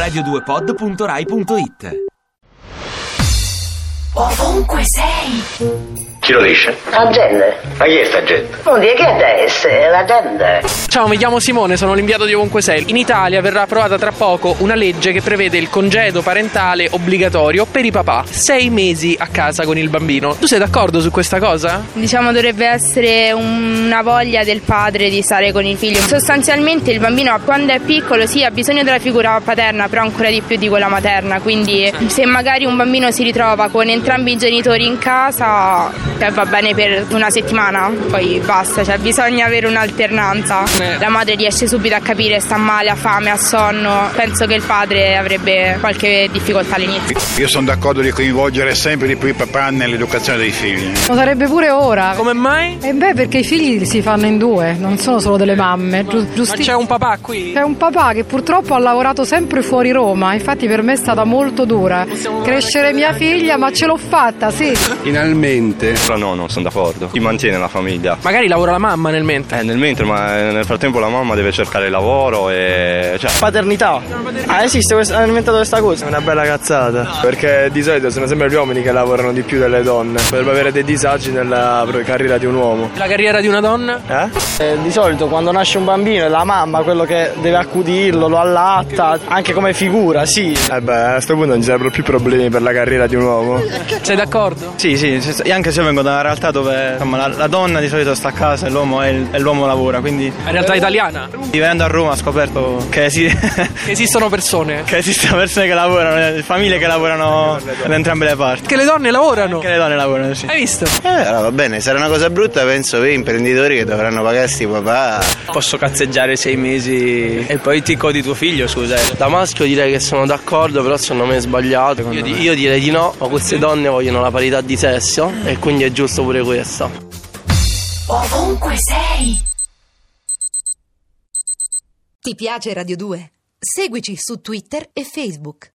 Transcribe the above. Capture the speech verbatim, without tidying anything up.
radio due pod punto rai punto it. Ovunque sei. Chi lo dice? La gente. Ma chi è sta gente? Non dire che adesso è la gente. Ciao, mi chiamo Simone, sono l'inviato di Ovunque Sei. In Italia verrà approvata tra poco una legge che prevede il congedo parentale obbligatorio per i papà. Sei mesi a casa con il bambino. Tu sei d'accordo su questa cosa? Diciamo dovrebbe essere una voglia del padre di stare con il figlio. Sostanzialmente il bambino quando è piccolo sì ha bisogno della figura paterna, però ancora di più di quella materna. Quindi se magari un bambino si ritrova con entrambi i genitori in casa, cioè va bene per una settimana, poi basta, cioè bisogna avere un'alternanza. Eh. La madre riesce subito a capire, sta male, ha fame, ha sonno. Penso che il padre avrebbe qualche difficoltà all'inizio. Io sono d'accordo di coinvolgere sempre di più i papà nell'educazione dei figli. Lo sarebbe pure ora. Come mai? E beh, perché i figli si fanno in due, non sono solo delle mamme. Giu- giusti- Ma c'è un papà qui? C'è un papà che purtroppo ha lavorato sempre fuori Roma, infatti per me è stata molto dura crescere mia figlia, ma ce l'ho fatta, sì. Finalmente. Però no, non sono d'accordo. Chi mantiene la famiglia? Magari lavora la mamma nel mentre. Eh, nel mentre, ma nel frattempo la mamma deve cercare lavoro e... cioè... Paternità. Ah, esiste, questa, hanno inventato questa cosa. È una bella cazzata. Perché di solito sono sempre gli uomini che lavorano di più delle donne. Potrebbe avere dei disagi nella carriera di un uomo. La carriera di una donna? Eh? Eh, di solito quando nasce un bambino è la mamma quello che deve accudirlo, lo allatta, anche come figura, sì. Eh beh, a questo punto non ci sarebbero più problemi per la carriera di un uomo. Sei d'accordo? Sì, sì, anche se io vengo da una realtà dove insomma, la, la donna di solito sta a casa e l'uomo, è il, e l'uomo lavora, quindi... Una realtà italiana? Vivendo a Roma ho scoperto che, si... che esistono persone. Che esistono persone che lavorano, famiglie che lavorano da entrambe le parti. Che le donne lavorano? Che le donne lavorano, sì. Hai visto? Eh, allora, va bene, sarà una cosa brutta, penso, per imprenditori che dovranno pagare sti papà. Posso cazzeggiare sei mesi e poi ti codi tuo figlio, scusa. Da maschio direi che sono d'accordo, però secondo me è sbagliato. Io, di, io direi di no, ma queste donne vogliono la parità di sesso e quindi è giusto pure questo. Ovunque sei. Ti piace Radio due? Seguici su Twitter e Facebook.